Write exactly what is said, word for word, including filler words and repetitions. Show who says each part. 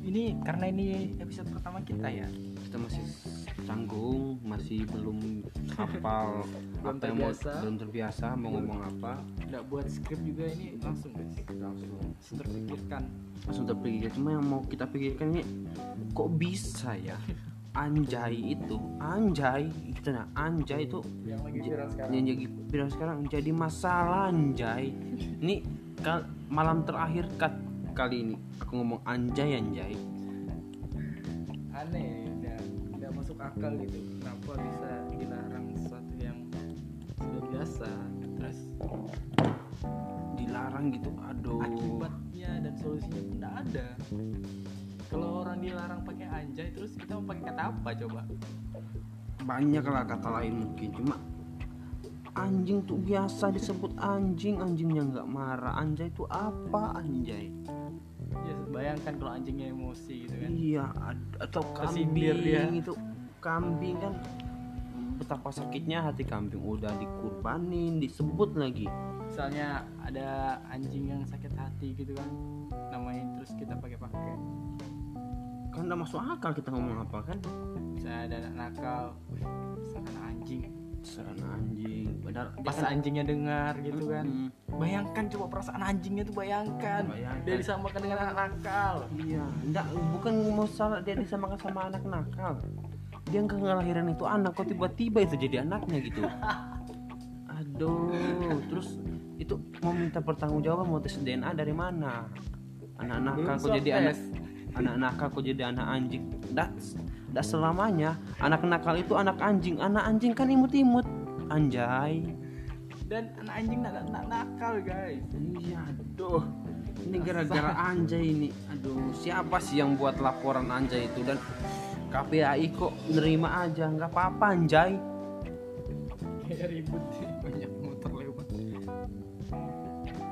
Speaker 1: ini karena ini episode pertama kita ya.
Speaker 2: Kita masih canggung, masih belum hafal
Speaker 1: Belum
Speaker 2: apa yang mau,
Speaker 1: terbiasa.
Speaker 2: belum terbiasa mau ngomong apa.
Speaker 1: Nggak buat skrip juga, ini langsung guys.
Speaker 2: Langsung
Speaker 1: Langsung terpikirkan.
Speaker 2: langsung terpikir. Cuma yang mau kita pikirkan ini, kok bisa ya anjay itu, anjay gitu nah, anjay itu
Speaker 1: Yang lagi viral sekarang.
Speaker 2: yang jadi viral sekarang jadi masalah anjay. Ini kal- malam terakhir kat kali ini aku ngomong anjay anjay.
Speaker 1: Aneh dan nggak masuk akal gitu. Kenapa bisa dilarang sesuatu yang sudah biasa, terus
Speaker 2: Dilarang gitu, aduh.
Speaker 1: akibatnya dan solusinya pun nggak ada. Kalau orang dilarang pakai anjay, terus kita mau pakai kata apa coba?
Speaker 2: Banyak lah kata lain mungkin, cuma anjing tuh biasa disebut anjing, anjingnya nggak marah. Anjay itu apa anjay?
Speaker 1: Ya bayangkan kalau anjingnya emosi gitu kan.
Speaker 2: Iya, ad- atau
Speaker 1: Tersindir
Speaker 2: kambing
Speaker 1: dia.
Speaker 2: itu, kambing kan betapa sakitnya hati kambing, udah dikurbanin disebut lagi.
Speaker 1: Misalnya ada anjing yang sakit hati gitu kan, namanya terus kita pakai-pakai.
Speaker 2: Kan udah masuk akal kita ngomong apa kan?
Speaker 1: Misalnya ada anak nakal, wih, sarana anjing.
Speaker 2: Serana anjing, padahal dia
Speaker 1: Pas
Speaker 2: kan-
Speaker 1: anjingnya dengar gitu kan.
Speaker 2: Mm-mm.
Speaker 1: Bayangkan coba perasaan anjingnya tuh, bayangkan.
Speaker 2: Bayangkan.
Speaker 1: Dia disamakan dengan anak nakal.
Speaker 2: Iya, enggak, bukan masalah dia disamakan sama anak nakal. Dia nggak ngelahirin itu anak, kok tiba-tiba itu jadi anaknya gitu. Aduh, terus itu mau minta pertanggungjawaban, mau tes D N A dari mana? Anak nakal
Speaker 1: Belum
Speaker 2: kok
Speaker 1: swab
Speaker 2: jadi
Speaker 1: test.
Speaker 2: anak anak nakal kok jadi anak anjing. Nggak, nggak selamanya anak nakal itu anak anjing. Anak anjing kan imut-imut, anjay.
Speaker 1: Dan anak anjing nak nak nakal guys.
Speaker 2: Iya, aduh. Ini gara-gara anjay ini. Aduh, siapa sih yang buat laporan anjay itu? Dan K P A I kok nerima aja, nggak apa-apa anjay.
Speaker 1: Kayak ribut banyak motor lewat.